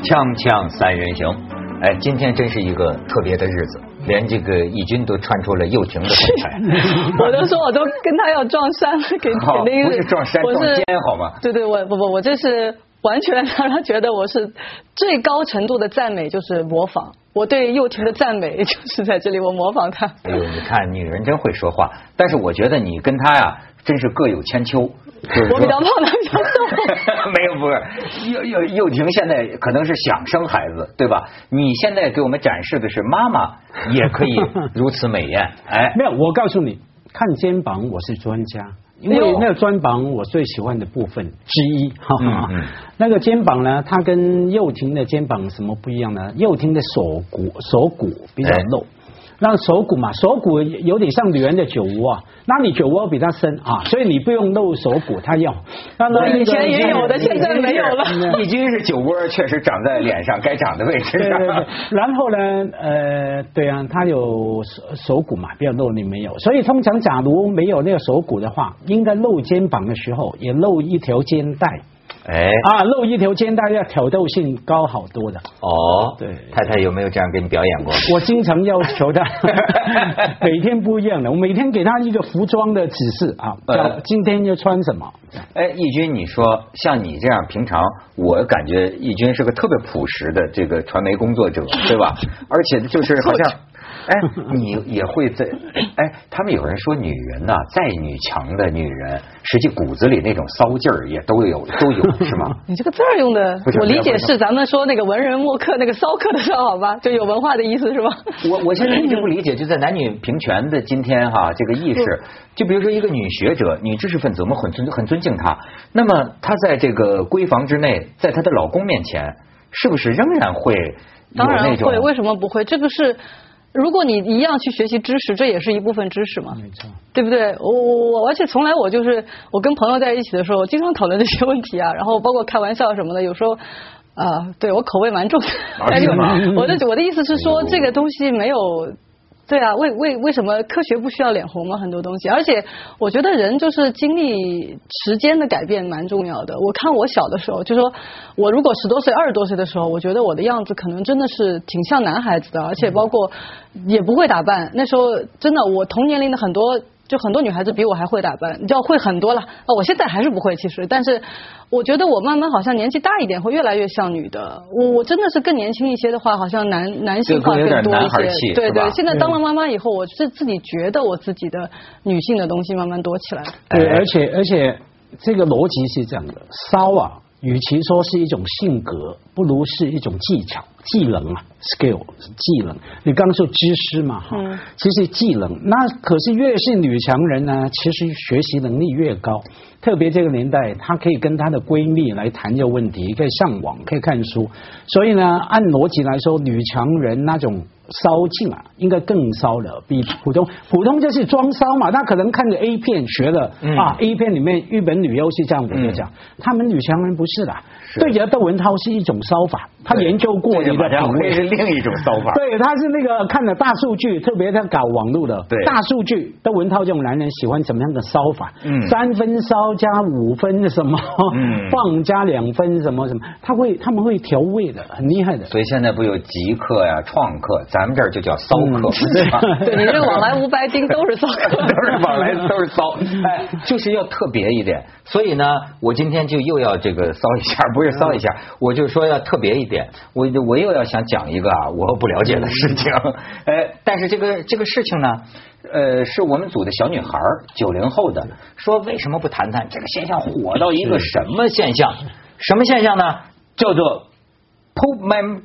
锵锵三人行，哎，今天真是一个特别的日子，连这个义军都穿出了幼婷的风采。 我都说我都跟他要撞衫了，给那个不是撞衫撞肩好吗？ 对对，我这是完全让他觉得我是最高程度的赞美，就是模仿。我对幼婷的赞美就是在这里，我模仿他。 哎呦，你看女人真会说话，但是我觉得你跟他呀，真是各有千秋。 我比较胖，他比较瘦。 没有，不是幼婷现在可能是想生孩子，对吧？你现在给我们展示的是妈妈也可以如此美艳。哎， 没有，我告诉你，看肩膀我是专家，因为那个肩膀我最喜欢的部分之一。哈哈，那个肩膀呢，它跟幼婷的肩膀什么不一样呢？幼婷的手骨比较露。那手骨嘛，手骨有点像女人的酒窝啊，那你酒窝比它深啊，所以你不用露手骨，它要。 我以前也有的，现在没有了。 义军是酒窝，确实长在脸上该长的位置上。 对。然后呢，对啊，它有手骨嘛，不要露你没有。所以通常假如没有那个手骨的话，应该露肩膀的时候也露一条肩带。 哎露一条肩带要挑逗性高好多的。 哦，对，太太有没有这样给你表演过？ 我经常要求他，每天不一样的，我每天给他一个服装的指示啊，今天要穿什么。 哎，义军，你说像你这样平常，我感觉义军是个特别朴实的这个传媒工作者，对吧？而且就是好像。哎，你也会在哎，他们有人说女人呐，再女强的女人，实际骨子里那种骚劲儿也都有，是吗？ 你这个字儿用的，我理解是咱们说那个文人墨客那个骚客的时候，好吧，就有文化的意思是吧？ 我现在一直不理解，就在男女平权的今天哈，这个意识，就比如说一个女学者、女知识分子，我们很尊敬她，那么她在这个闺房之内，在她的老公面前，是不是仍然会有那种？ 当然会，为什么不会？这个是。如果你一样去学习知识，这也是一部分知识嘛， 没错， 对不对？我而且从来我跟朋友在一起的时候，我经常讨论这些问题啊，然后包括开玩笑什么的，有时候对我口味蛮重的。我的意思是说，这个东西没有。对啊，为什么科学不需要脸红吗？很多东西，而且我觉得人就是经历时间的改变蛮重要的。我看我小的时候，就说我如果10多岁、20多岁的时候，我觉得我的样子可能真的是挺像男孩子的，而且包括也不会打扮。那时候真的，我同年龄的很多女孩子比我还会打扮，你知道会很多了。我现在还是不会，其实，但是我觉得我慢慢好像年纪大一点，会越来越像女的。我真的是更年轻一些的话，好像男性化更多一些。对，现在当了妈妈以后，我是自己觉得我自己的女性的东西慢慢多起来。 对，而且这个逻辑是这样的，骚啊，与其说是一种性格，不如是一种技巧、技能啊 ，skill 技能。你刚刚说知识嘛，哈，其实技能，那可是越是女强人呢，其实学习能力越高。特别这个年代，她可以跟她的闺蜜来谈这个问题，可以上网，可以看书。所以呢，按逻辑来说，女强人那种骚劲啊，应该更骚了，比普通就是装骚嘛。她可能看着 A 片学了，A 片里面日本女优是这样我就讲，他们女强人不是的。对着窦文涛是一种骚法，他研究过你的品味是另一种骚法。 对，他是那个看了大数据，特别他搞网络的，大数据，窦文涛这种男人喜欢怎么样的骚法？3分骚加5分什么，放加2分什么，他们会调味的，很厉害的。 所以现在不有极客呀、创客，咱们这儿就叫骚客，对吧？ 对，你这个往来无白金都是骚客， 都是骚，哎，就是要特别一点。所以呢，我今天就又要这个骚一下，不是骚一下，我就说要特别一点。我又要想讲一个我不了解的事情，但是这个事情呢，是我们组的小女孩90后的说，为什么不谈谈这个现象火到一个什么现象？什么现象呢？叫做Pokemon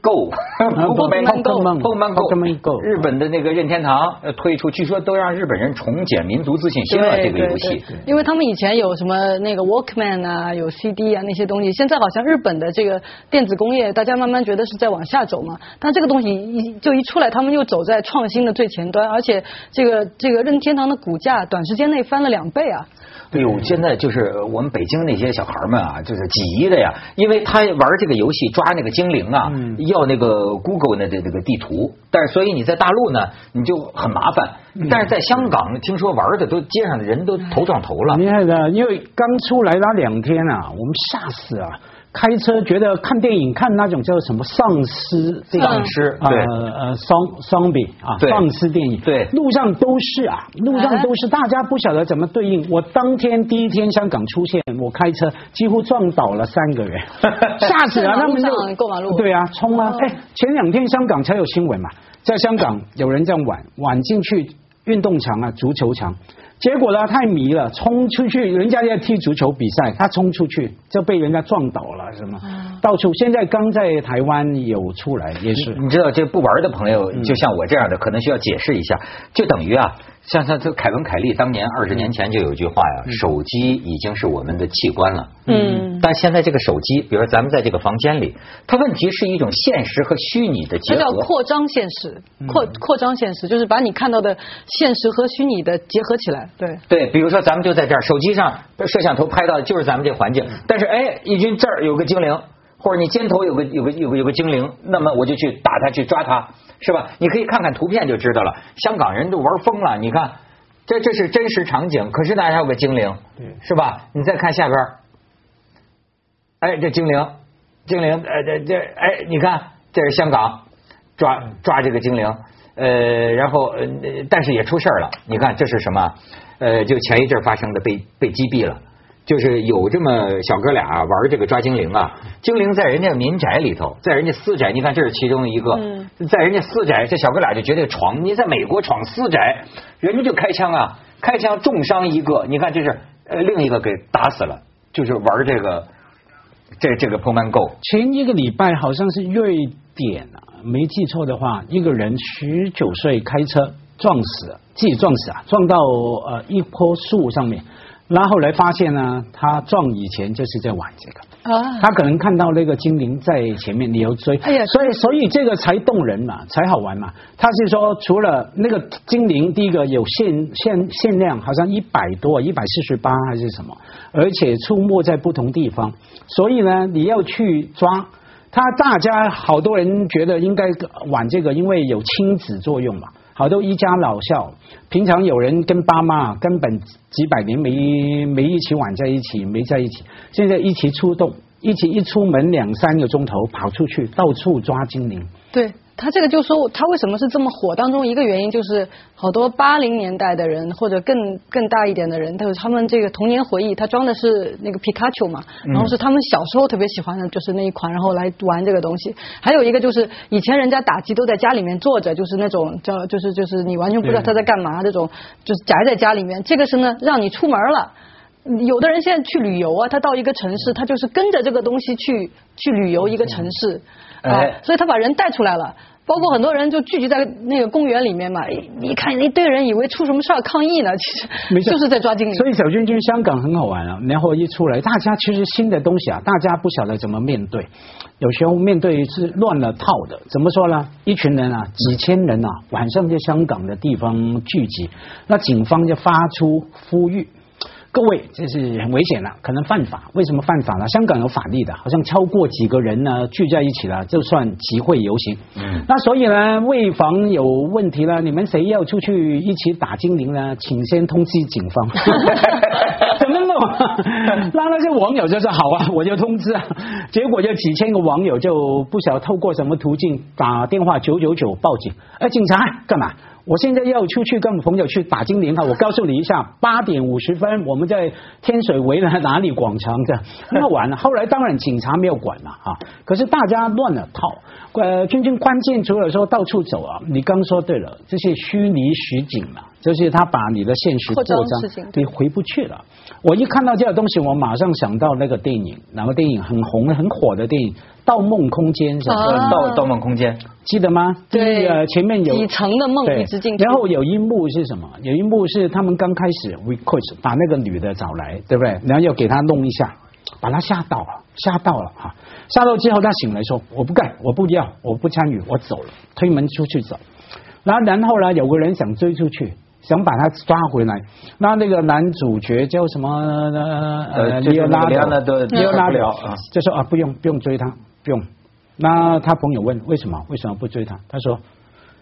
Go， 日本的那个任天堂推出，据说都让日本人重捡民族自信心了这个游戏。 因为他们以前有什么那个 Walkman 啊，有 CD 啊那些东西，现在好像日本的这个电子工业，大家慢慢觉得是在往下走嘛。但这个东西一出来，他们又走在创新的最前端，而且这个任天堂的股价短时间内翻了2倍啊。 哎呦，现在就是我们北京那些小孩们啊，就是急的呀，因为他玩这个游戏抓那个精灵啊，要那个 Google 的这个地图，但是所以你在大陆呢，你就很麻烦。但是在香港，听说玩的都街上的人都头撞头了。 厉害的，因为刚出来那2天啊，我们吓死啊！ 开车觉得看电影看那种叫什么丧尸电影， 丧尸对 ，zombie 啊，丧尸电影， 对， 路上都是啊，路上都是，大家不晓得怎么对应。我当天第一天香港出现，我开车几乎撞倒了3个人，吓死了，他们就过马路， 对啊，冲啊！哎，前2天香港才有新闻嘛，在香港有人这样晚进去运动场啊，足球场。结果呢，太迷了，冲出去，人家在踢足球比赛，他冲出去就被人家撞倒了，什么到处。现在刚在台湾有出来，也是。 你知道，这不玩的朋友，就像我这样的，可能需要解释一下，就等于啊，像这凯文凯利当年20年前就有一句话呀，手机已经是我们的器官了。但现在这个手机，比如说咱们在这个房间里，它问题是一种现实和虚拟的结合。 它叫扩张现实，扩张现实，就是把你看到的现实和虚拟的结合起来。 对，比如说咱们就在这儿，手机上摄像头拍到的就是咱们这环境，但是哎，义军这儿有个精灵，或者你肩头有个精灵，那么我就去打它，去抓它，是吧？你可以看看图片就知道了。香港人都玩疯了，你看，这是真实场景，可是那还有个精灵，是吧？你再看下边，哎，这精灵，哎，你看这是香港抓这个精灵。然后但是也出事了。你看这是什么？就前一阵发生的被击毙了，就是有这么小哥俩玩这个抓精灵啊，精灵在人家民宅里头，在人家私宅，你看这是其中一个，在人家私宅，这小哥俩就觉得闯，你在美国闯私宅，人家就开枪重伤一个，你看这是另一个给打死了，就是玩这个Pokemon Go。 前1个礼拜好像是瑞典啊。没记错的话，一个人19岁开车自己撞死啊，撞到一棵树上面，然后来发现呢，他撞以前就是在玩这个啊，他可能看到那个精灵在前面，你要追，哎呀，所以这个才动人嘛，才好玩嘛。他是说除了那个精灵，第一个有限量，好像100多148还是什么，而且出没在不同地方，所以呢，你要去抓。大家好多人觉得应该玩这个，因为有亲子作用嘛。好多一家老少，平常有人跟爸妈根本几百年没一起玩在一起，没在一起，现在一起出动，一出门2、3个钟头跑出去，到处抓精灵。对。他这个就说他为什么是这么火，当中一个原因就是好多80年代的人或者更大一点的人，他们这个童年回忆，他装的是那个皮卡丘嘛，然后是他们小时候特别喜欢的就是那一款，然后来玩这个东西。还有一个就是以前人家打击都在家里面坐着，就是那种叫就是你完全不知道他在干嘛，这种就是宅在家里面。这个是呢让你出门了。有的人现在去旅游啊，他到一个城市，他就是跟着这个东西去旅游一个城市啊，所以他把人带出来了。包括很多人就聚集在那个公园里面嘛，你看一堆人以为出什么事儿抗议呢，其实就是在抓精灵。所以小君君香港很好玩啊，然后一出来，大家其实新的东西啊，大家不晓得怎么面对，有时候面对是乱了套的。怎么说呢？一群人啊，几千人啊，晚上在香港的地方聚集，那警方就发出呼吁。各位，这是很危险了，可能犯法。为什么犯法呢？香港有法律的，好像超过几个人呢聚在一起了，就算集会游行。那所以呢，为防有问题呢，你们谁要出去一起打精灵呢？请先通知警方。怎么弄？那些网友就说好啊，我就通知啊。结果就几千个网友就不晓得透过什么途径打电话999报警。警察干嘛？我现在要出去跟朋友去打精灵哈，我告诉你一下，8点50分我们在天水围了哪里广场的，那完了。后来当然警察没有管了啊，可是大家乱了套。君君关键除了说到处走啊，你刚说对了，这些虚拟实景嘛，就是他把你的现实扩张，你回不去了。我一看到这个东西，我马上想到那个电影，哪个电影很红很火的电影《盗梦空间》是吧？ 盗梦空间记得吗？ 对， 前面有几层的梦一直进去， 然后有一幕是什么？有一幕是他们刚开始 request 把那个女的找来，对不对？然后要给她弄一下，把她吓到了哈！吓到之后，她醒来说：“我不干，我不要，我不参与，我走了。”推门出去走。然后呢，有个人想追出去，想把他抓回来。那个男主角叫什么？利奥纳多就说不用追他，不用。那他朋友问为什么不追他？他说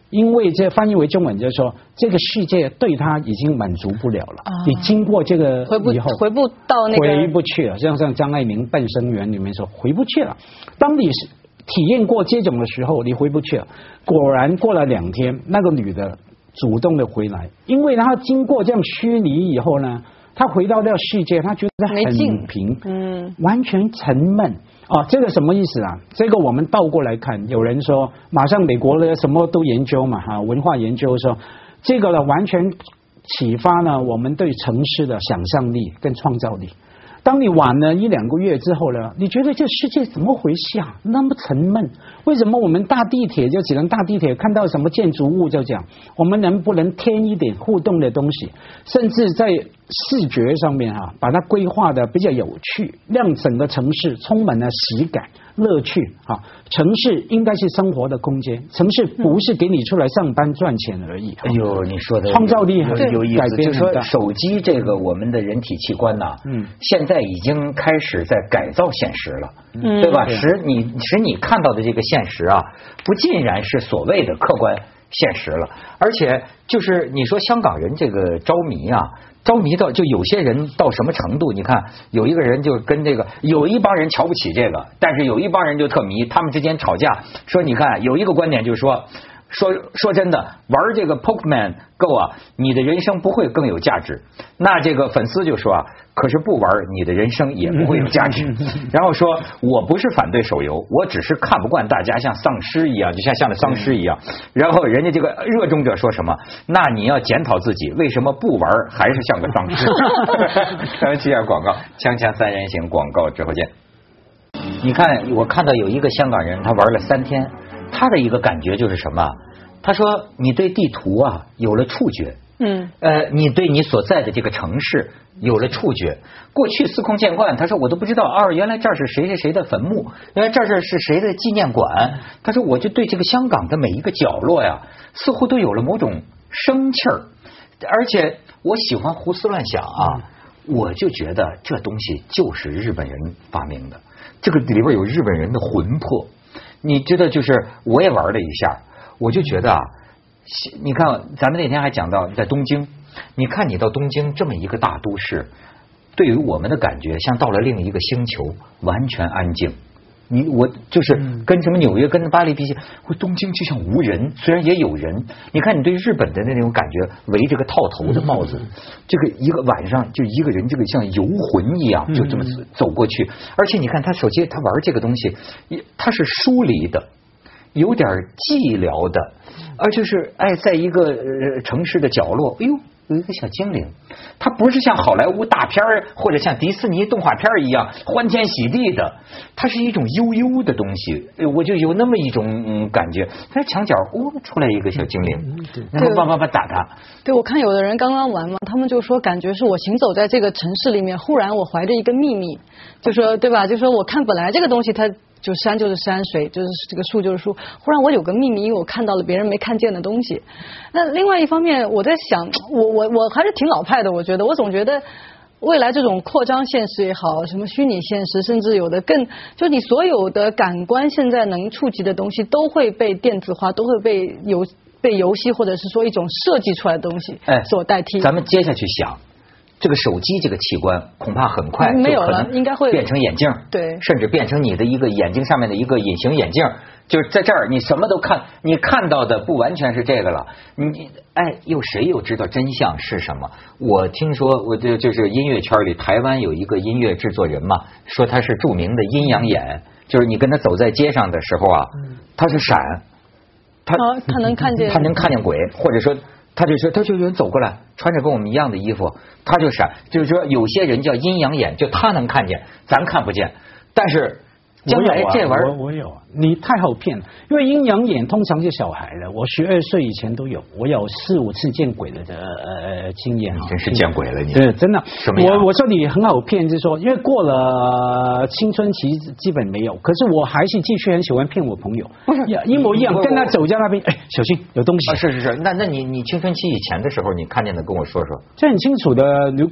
因为这翻译为中文就是说，这个世界对他已经满足不了了。你经过这个以后， 回不到那个， 回不去了。像张爱玲《半生缘》里面说，回不去了。当你体验过这种的时候，你回不去了。果然过了2天，那个女的主动的回来，因为她经过这样虚拟以后呢，她回到这个世界，她觉得很平，完全沉闷。这个什么意思啊？这个我们倒过来看，有人说，马上美国的什么都研究嘛，文化研究说，这个呢完全启发了我们对城市的想象力跟创造力。当你晚了1-2个月之后呢，你觉得这世界怎么回事啊？那么沉闷，为什么我们搭地铁就只能搭地铁，看到什么建筑物就讲，我们能不能添一点互动的东西，甚至在视觉上面把它规划的比较有趣，让整个城市充满了喜感、乐趣城市应该是生活的空间，城市不是给你出来上班赚钱而已。 哎呦，你说的创造力很有意思，就是说手机这个我们的人体器官呐，现在已经开始在改造现实了，对吧？使你看到的这个现实啊，不尽然是所谓的客观现实了，而且就是你说香港人这个着迷啊。着迷到就有些人到什么程度？你看有一个人就跟这个有一帮人瞧不起这个，但是有一帮人就特迷，他们之间吵架，说你看有一个观点就是说真的，玩这个 Pokemon Go 啊，你的人生不会更有价值。那这个粉丝就说可是不玩你的人生也不会有价值。然后说我不是反对手游，我只是看不惯大家像丧尸一样，就像那丧尸一样。然后人家这个热衷者说什么？那你要检讨自己，为什么不玩还是像个丧尸？咱们接下广告，锵锵三人行广告之后见。你看，我看到有一个香港人，他玩了3天。他的一个感觉就是什么？他说：“你对地图啊有了触觉，你对你所在的这个城市有了触觉。过去司空见惯，他说我都不知道原来这儿是谁谁的坟墓，原来这儿是谁的纪念馆。他说我就对这个香港的每一个角落呀，似乎都有了某种生气儿，而且我喜欢胡思乱想啊，我就觉得这东西就是日本人发明的，这个里边有日本人的魂魄。”你知道，就是我也玩了一下，我就觉得你看咱们那天还讲到在东京，你看你到东京这么一个大都市，对于我们的感觉像到了另一个星球，完全安静。我就是跟什么纽约跟巴黎比起，东京就像无人，虽然也有人。你看你对日本的那种感觉，围着个套头的帽子，这个一个晚上就一个人，这个像游魂一样就这么走过去。而且你看他手机他玩这个东西，他是疏离的，有点寂寥的，而就是在一个城市的角落，哎呦。有一个小精灵，它不是像好莱坞大片或者像迪士尼动画片一样欢天喜地的，它是一种悠悠的东西，我就有那么一种感觉。它墙角出来一个小精灵，然后叭打它。 对，我看有的人刚刚玩嘛，他们就说感觉是我行走在这个城市里面，忽然我怀着一个秘密，就说对吧？就说我看本来这个东西它。就山就是山，水就是这个树就是树。忽然我有个秘密，因为我看到了别人没看见的东西。那另外一方面，我在想，我还是挺老派的。我觉得，我总觉得未来这种扩张现实也好，什么虚拟现实，甚至有的更，就你所有的感官现在能触及的东西，都会被电子化，都会被游戏或者是说一种设计出来的东西所代替。 咱们接下去想。这个手机这个器官恐怕很快没有了，应该会变成眼镜， 对， 甚至变成你的一个眼睛上面的一个隐形眼镜，就是在这儿你什么都看，你看到的不完全是这个了。谁又知道真相是什么？我听说，就是音乐圈里台湾有一个音乐制作人嘛，说他是著名的阴阳眼，就是你跟他走在街上的时候啊，他是闪，他能看见， 他能看见鬼，或者说。他就有人走过来，穿着跟我们一样的衣服，他就闪。就是说，有些人叫阴阳眼，就他能看见，咱看不见。但是将来这玩意儿， 我有啊，你太好骗了。因为阴阳眼通常是小孩的，我12岁以前都有，我有4、5次见鬼的经验。 真是见鬼了你！ 对，真的。 什么样？ 我说你很好骗，就是说，因为过了青春期基本没有，可是我还是继续很喜欢骗我朋友，一模一样，跟他走在那边，小心有东西。 是。那你青春期以前的时候，你看见的跟我说说。 这很清楚的女鬼啊。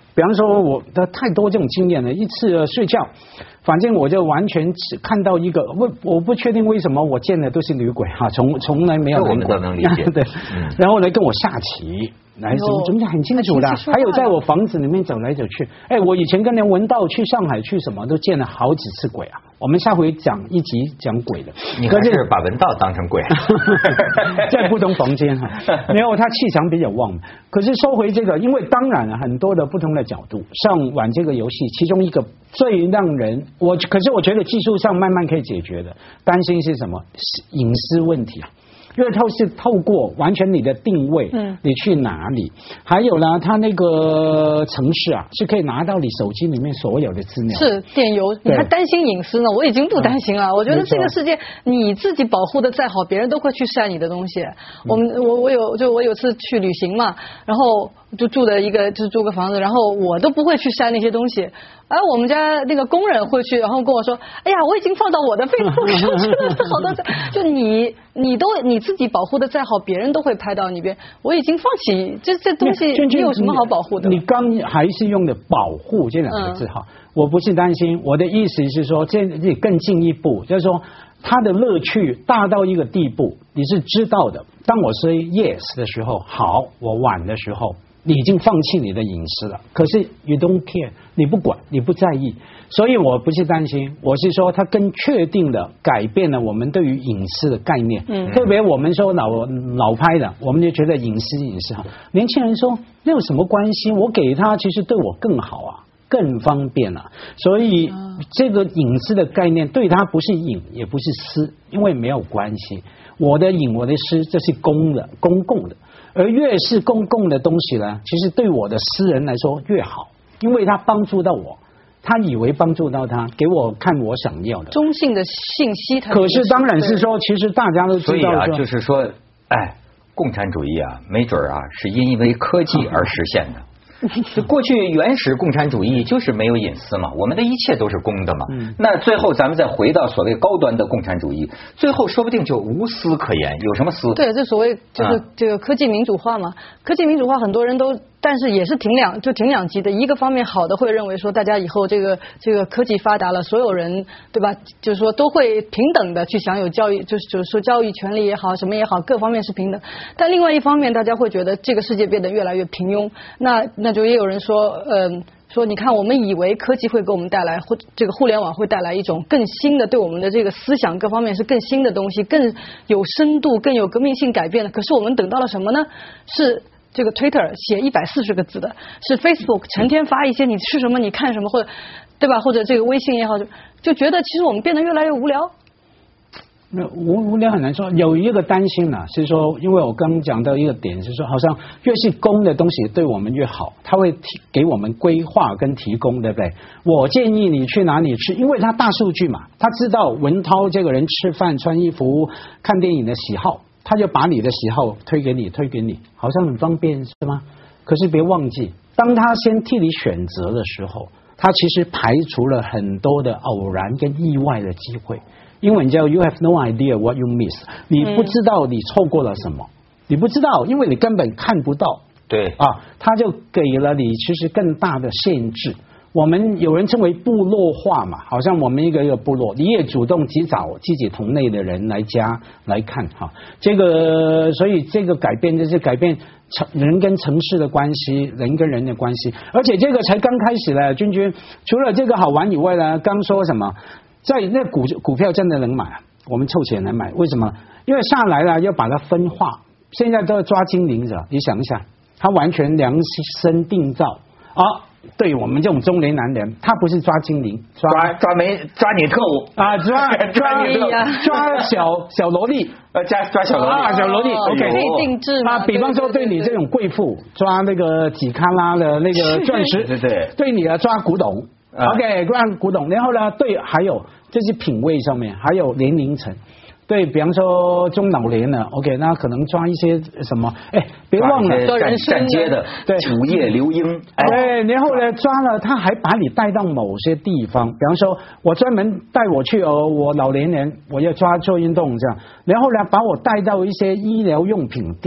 比方说我的太多这种经验了，一次睡觉，反正我就完全只看到一个，我不确定为什么我见的都是女鬼哈，从来没有我们都能理解。 对，然后来跟我下棋。来，怎么很清楚的？还有在我房子里面走来走去。哎，我以前跟连文道去上海去什么都见了好几次鬼啊。我们下回讲一集讲鬼的。 你还是把文道当成鬼？ 在不同房间哈，然后他气场比较旺。可是说回这个，因为当然很多的不同的角度上玩这个游戏，其中一个最让人可是我觉得技术上慢慢可以解决的，担心是什么？隐私问题啊。因为它是透过完全你的定位，你去哪里，还有呢，它那个城市啊，是可以拿到你手机里面所有的资料， 是电邮，你还担心隐私呢？我已经不担心了。我觉得这个世界你自己保护的再好，别人都会去晒你的东西。我有次去旅行嘛，然后就住个房子，然后我都不会去晒那些东西。而我们家那个工人会去，然后跟我说：“哎呀，我已经放到我的 Facebook 上去了，好多。”就你自己保护的再好，别人都会拍到你边。我已经放弃这东西，你有什么好保护的？ 你刚还是用的“保护”这两个字哈，我不是担心，我的意思是说，这更进一步，就是说，它的乐趣大到一个地步，你是知道的。当我说 yes 的时候，好，我晚的时候。你已经放弃你的隐私了，可是 you don't care， 你不管，你不在意，所以我不是担心，我是说它更确定的改变了我们对于隐私的概念。特别我们说老拍的，我们就觉得隐私哈。年轻人说那有什么关系？我给他其实对我更好啊，更方便啊。所以这个隐私的概念对他不是隐，也不是私，因为没有关系。我的隐，我的私，这是公共的。而越是公共的东西呢，其实对我的私人来说越好，因为它帮助到我，他以为帮助到他，给我看我想要的中性的信息。 可是当然是说，其实大家都知道， 所以啊，就是说，哎，共产主义啊，没准啊是因为科技而实现的。就过去原始共产主义就是没有隐私嘛，我们的一切都是公的嘛。那最后咱们再回到所谓高端的共产主义，最后说不定就无私可言，有什么私？对， 这所谓就是这个科技民主化嘛。科技民主化很多人都，但是也是挺两极的。一个方面好的会认为说，大家以后这个科技发达了，所有人对吧？就是说都会平等的去享有教育，就是说教育权利也好，什么也好，各方面是平等。但另外一方面，大家会觉得这个世界变得越来越平庸。那就也有人说，说你看，我们以为科技会给我们带来，这个互联网会带来一种更新的，对我们的这个思想各方面是更新的东西，更有深度、更有革命性改变的。可是我们等到了什么呢？是这个 Twitter 写140个字的，是 Facebook 成天发一些你吃什么、你看什么，或者对吧？或者这个微信也好，就觉得其实我们变得越来越无聊。 无聊很难说，有一个担心呢，是说，因为我刚讲到一个点，是说，好像越是公的东西对我们越好，它会给我们规划跟提供，对不对？我建议你去哪里吃，因为它大数据嘛，他知道文涛这个人吃饭、穿衣服、看电影的喜好，他就把你的喜好推给你，好像很方便，是吗？可是别忘记，当他先替你选择的时候，他其实排除了很多的偶然跟意外的机会。英文叫 You have no idea what you miss， 你不知道你错过了什么，你不知道，因为你根本看不到。 对啊，他就给了你其实更大的限制。我们有人称为部落化嘛，好像我们一个部落，你也主动去找自己同类的人来加来看哈。这个，所以这个改变就是改变人跟城市的关系，人跟人的关系，而且这个才刚开始呢。君君，除了这个好玩以外呢，刚说什么？在那股票真的能买，我们凑钱来买，为什么？因为下来了要把它分化，现在都要抓精灵者，你想一下，他完全量身定造啊！对我们这种中年男人，他不是抓精灵， 抓女特务啊，抓小萝莉， 抓小萝莉， 小萝莉 ，OK， 可以定制嘛？ 比方说对你这种贵妇，抓那个几卡拉的那个钻石，对你抓古董。OK， 让古董，然后呢？对，还有这是品味上面，还有年龄层。对，比方说中老年的 ，OK， 那可能抓一些什么？哎，别忘了站街的，对，主业留英， 对，然后呢，抓了他还把你带到某些地方，比方说我专门带我去我老年人，我要做运动这样，然后呢，把我带到一些医疗用品店。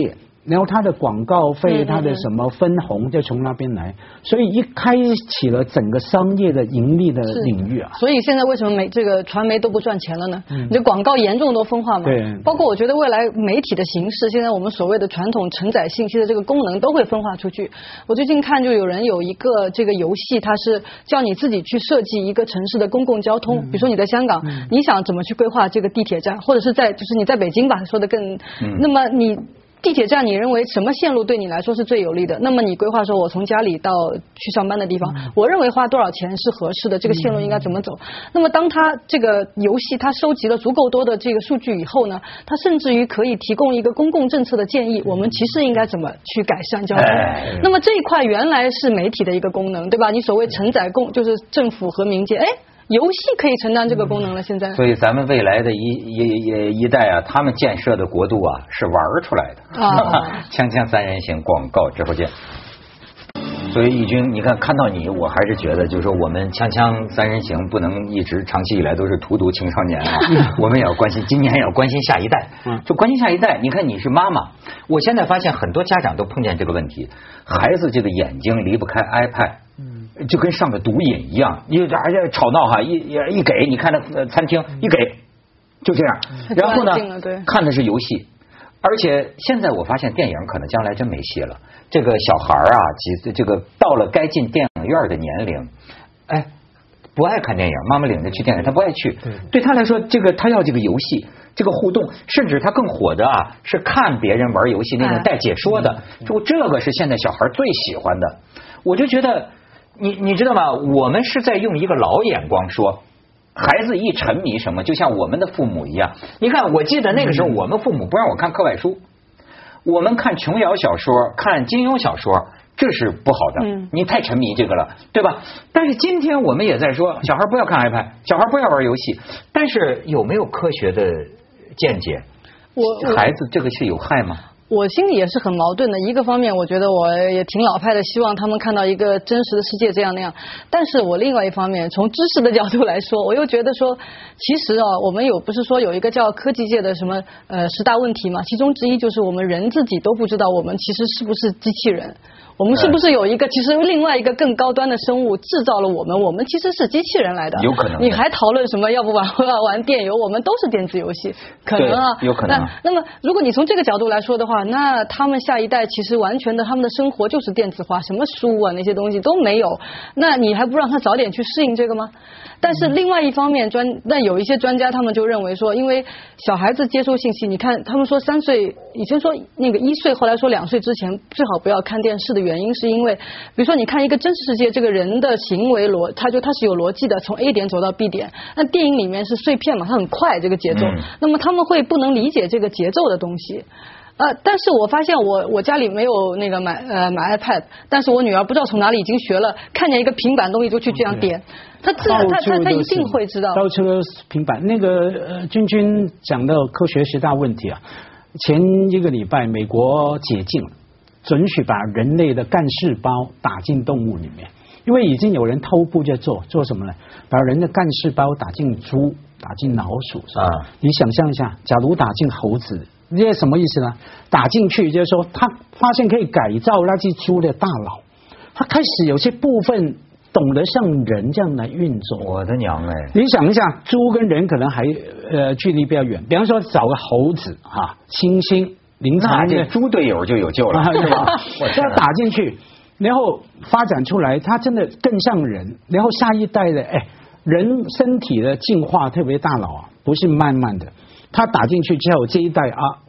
然后它的广告费，它的什么分红就从那边来，所以一开启了整个商业的盈利的领域啊。 所以现在为什么这个传媒都不赚钱了呢？你这广告严重都分化嘛。 对。 包括我觉得未来媒体的形式，现在我们所谓的传统承载信息的这个功能都会分化出去。我最近看就有人有一个这个游戏，它是叫你自己去设计一个城市的公共交通，比如说你在香港，你想怎么去规划这个地铁站，或者是就是你在北京吧，说的更，那么你。地铁站，你认为什么线路对你来说是最有利的？那么你规划说，我从家里到去上班的地方，我认为花多少钱是合适的？这个线路应该怎么走？那么当它这个游戏它收集了足够多的这个数据以后呢，它甚至于可以提供一个公共政策的建议，我们其实应该怎么去改善交通？那么这一块原来是媒体的一个功能，对吧？你所谓承载就是政府和民间，游戏可以承担这个功能了，现在。 所以咱们未来的一代啊，他们建设的国度啊，是玩出来的。锵锵三人行，广告之后见。所以义军，你看到你，我还是觉得，就是说我们锵锵三人行不能一直长期以来都是荼毒青少年啊，我们也要关心，今年也要关心下一代。就关心下一代。你看你是妈妈，我现在发现很多家长都碰见这个问题，孩子这个眼睛离不开 iPad。就跟上了毒瘾一样，而且吵闹哈，一给你看那餐厅一给就这样，然后呢看的是游戏，而且现在我发现电影可能将来真没戏了。这个小孩啊，这个到了该进电影院的年龄，不爱看电影，妈妈领着去电影，他不爱去。对他来说，他要这个游戏，这个互动，甚至他更火的啊，是看别人玩游戏那种带解说的，就这个是现在小孩最喜欢的。我就觉得。你知道吗？我们是在用一个老眼光说，孩子一沉迷什么，就像我们的父母一样。你看，我记得那个时候，我们父母不让我看课外书，我们看琼瑶小说、看金庸小说，这是不好的。你太沉迷这个了，对吧？但是今天我们也在说，小孩不要看 iPad， 小孩不要玩游戏。但是有没有科学的见解？孩子这个是有害吗？ 我心里也是很矛盾的，一个方面我觉得我也挺老派的，希望他们看到一个真实的世界这样那样，但是我另外一方面从知识的角度来说，我又觉得说其实我们不是说有一个叫科技界的什么10大问题嘛，其中之一就是我们人自己都不知道我们其实是不是机器人，我们是不是有一个其实另外一个更高端的生物制造了我们其实是机器人来的， 有可能。 你还讨论什么要不玩电游，我们都是电子游戏，可能啊， 有可能。 那么如果你从这个角度来说的话，那他们下一代其实完全的他们的生活就是电子化，什么书啊那些东西都没有，那你还不让他早点去适应这个吗？但是另外一方面那有一些专家他们就认为说，因为小孩子接收信息，你看他们说3岁，以前说那个1岁，后来说2岁之前最好不要看电视的原因是因为，比如说你看一个真实世界，这个人的行为它是有逻辑的，从 A 点走到 B 点，那电影里面是碎片嘛，它很快这个节奏，那么他们会不能理解这个节奏的东西。但是我发现我家里没有那个买 iPad， 但是我女儿不知道从哪里已经学了，看见一个平板东西就去这样点，她一定会知道。 到处都是平板。那个君讲到科学10大问题啊，前1个礼拜美国解禁了，准许把人类的干细胞打进动物里面，因为已经有人偷步在做什么呢？把人的干细胞打进猪，打进老鼠啊。你想象一下，假如打进猴子。这什么意思呢？打进去就是说，他发现可以改造那只猪的大脑，他开始有些部分懂得像人这样来运作。 我的娘哎！ 你想一下，猪跟人可能还距离比较远，比方说找个猴子猩猩，临场这猪队友就有救了， 是吧？这样打进去，然后发展出来，它真的更像人。然后下一代的人身体的进化，特别大脑不是慢慢的。他打进去之后，这一代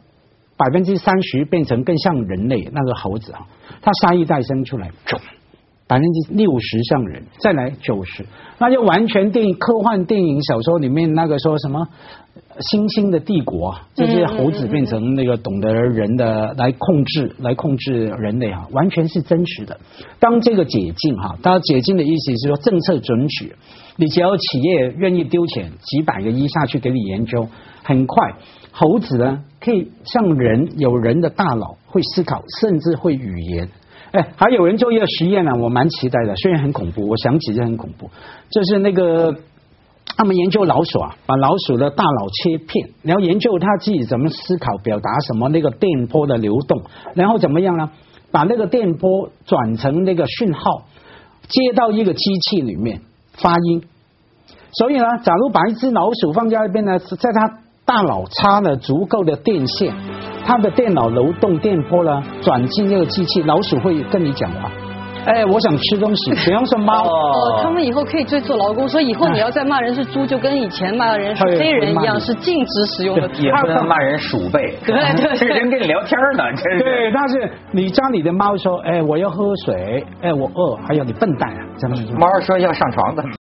30%变成更像人类那个猴子他下一代生出来60%像人，再来90%，那就完全科幻电影小说里面那个说什么猩猩的帝国这些猴子变成那个懂得人的来控制人类完全是真实的。当这个解禁它解禁的意思是说政策准许，你只要企业愿意丢钱几百个亿下去给你研究，很快猴子呢可以像人，有人的大脑，会思考，甚至会语言。还有人做一个实验我蛮期待的，虽然很恐怖，我想起就很恐怖，就是那个他们研究老鼠啊，把老鼠的大脑切片，然后研究它自己怎么思考、表达什么那个电波的流动，然后怎么样呢？把那个电波转成那个讯号，接到一个机器里面发音。所以呢，假如把一只老鼠放在那边呢，在它大脑插了足够的电线，它的电脑流动电波呢转进这个机器，老鼠会跟你讲话。哎，我想吃东西，比方说猫。 他们以后可以追做劳工，所以以后你要再骂人是猪，就跟以前骂人是黑人一样，是禁止使用的。 也不能骂人鼠辈， 对， 人跟你聊天呢，真是。 对，但是你家里的猫说，哎，我要喝水，哎，我饿，还有你笨蛋啊，这样子。 猫说要上床的。